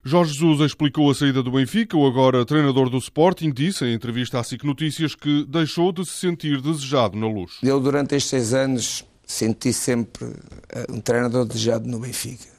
Jorge Jesus explicou a saída do Benfica. O agora treinador do Sporting disse em entrevista à SIC Notícias que deixou de se sentir desejado na Luz. Eu, durante estes 6 anos, senti sempre um treinador desejado no Benfica.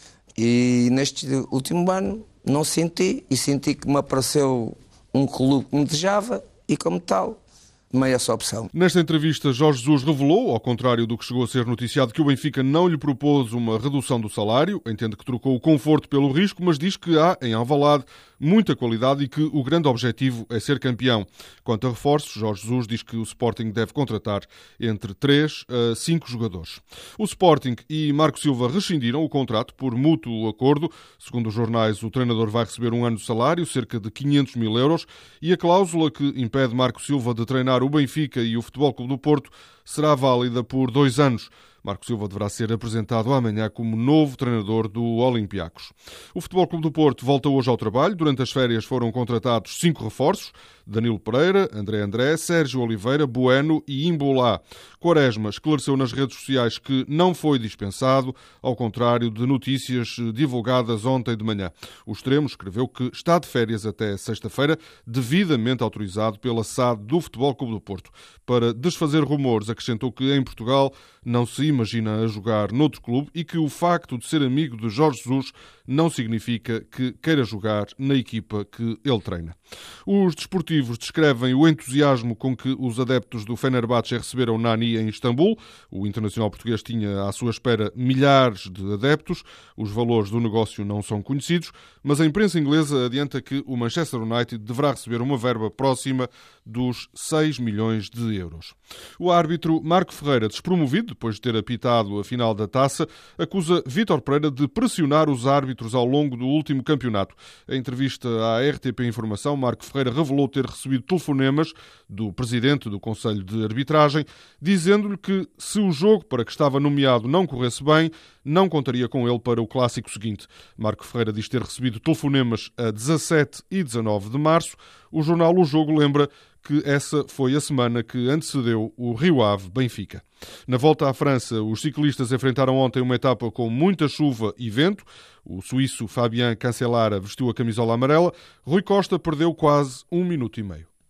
E neste último ano não senti, e senti que me apareceu um clube que me desejava e, como tal, tomei essa opção. Nesta entrevista, Jorge Jesus revelou, ao contrário do que chegou a ser noticiado, que o Benfica não lhe propôs uma redução do salário, entende que trocou o conforto pelo risco, mas diz que há, em Alvalade, muita qualidade e que o grande objetivo é ser campeão. Quanto a reforços, Jorge Jesus diz que o Sporting deve contratar entre 3 a 5 jogadores. O Sporting e Marco Silva rescindiram o contrato por mútuo acordo. Segundo os jornais, o treinador vai receber um ano de salário, cerca de 500 mil euros, e a cláusula que impede Marco Silva de treinar o Benfica e o Futebol Clube do Porto será válida por 2 anos. Marco Silva deverá ser apresentado amanhã como novo treinador do Olympiacos. O Futebol Clube do Porto volta hoje ao trabalho. Durante as férias foram contratados 5 reforços: Danilo Pereira, André, Sérgio Oliveira, Bueno e Imbolá. Quaresma esclareceu nas redes sociais que não foi dispensado, ao contrário de notícias divulgadas ontem de manhã. O extremo escreveu que está de férias até sexta-feira, devidamente autorizado pela SAD do Futebol Clube do Porto. Para desfazer rumores, acrescentou que em Portugal não se imagina a jogar noutro clube e que o facto de ser amigo de Jorge Jesus não significa que queira jogar na equipa que ele treina. Os desportivos descrevem o entusiasmo com que os adeptos do Fenerbahçe receberam Nani em Istambul. O internacional português tinha à sua espera milhares de adeptos. Os valores do negócio não são conhecidos, mas a imprensa inglesa adianta que o Manchester United deverá receber uma verba próxima dos 6 milhões de euros. O árbitro Marco Ferreira, despromovido depois de ter apitado a final da Taça, acusa Vítor Pereira de pressionar os árbitros ao longo do último campeonato. Em entrevista à RTP Informação, Marco Ferreira revelou ter recebido telefonemas do presidente do Conselho de Arbitragem, dizendo-lhe que se o jogo para que estava nomeado não corresse bem, não contaria com ele para o clássico seguinte. Marco Ferreira diz ter recebido telefonemas a 17 e 19 de março. O jornal O Jogo lembra que essa foi a semana que antecedeu o Rio Ave Benfica. Na volta à França, os ciclistas enfrentaram ontem uma etapa com muita chuva e vento. O suíço Fabien Cancellara vestiu a camisola amarela. Rui Costa perdeu quase 1 minuto e meio.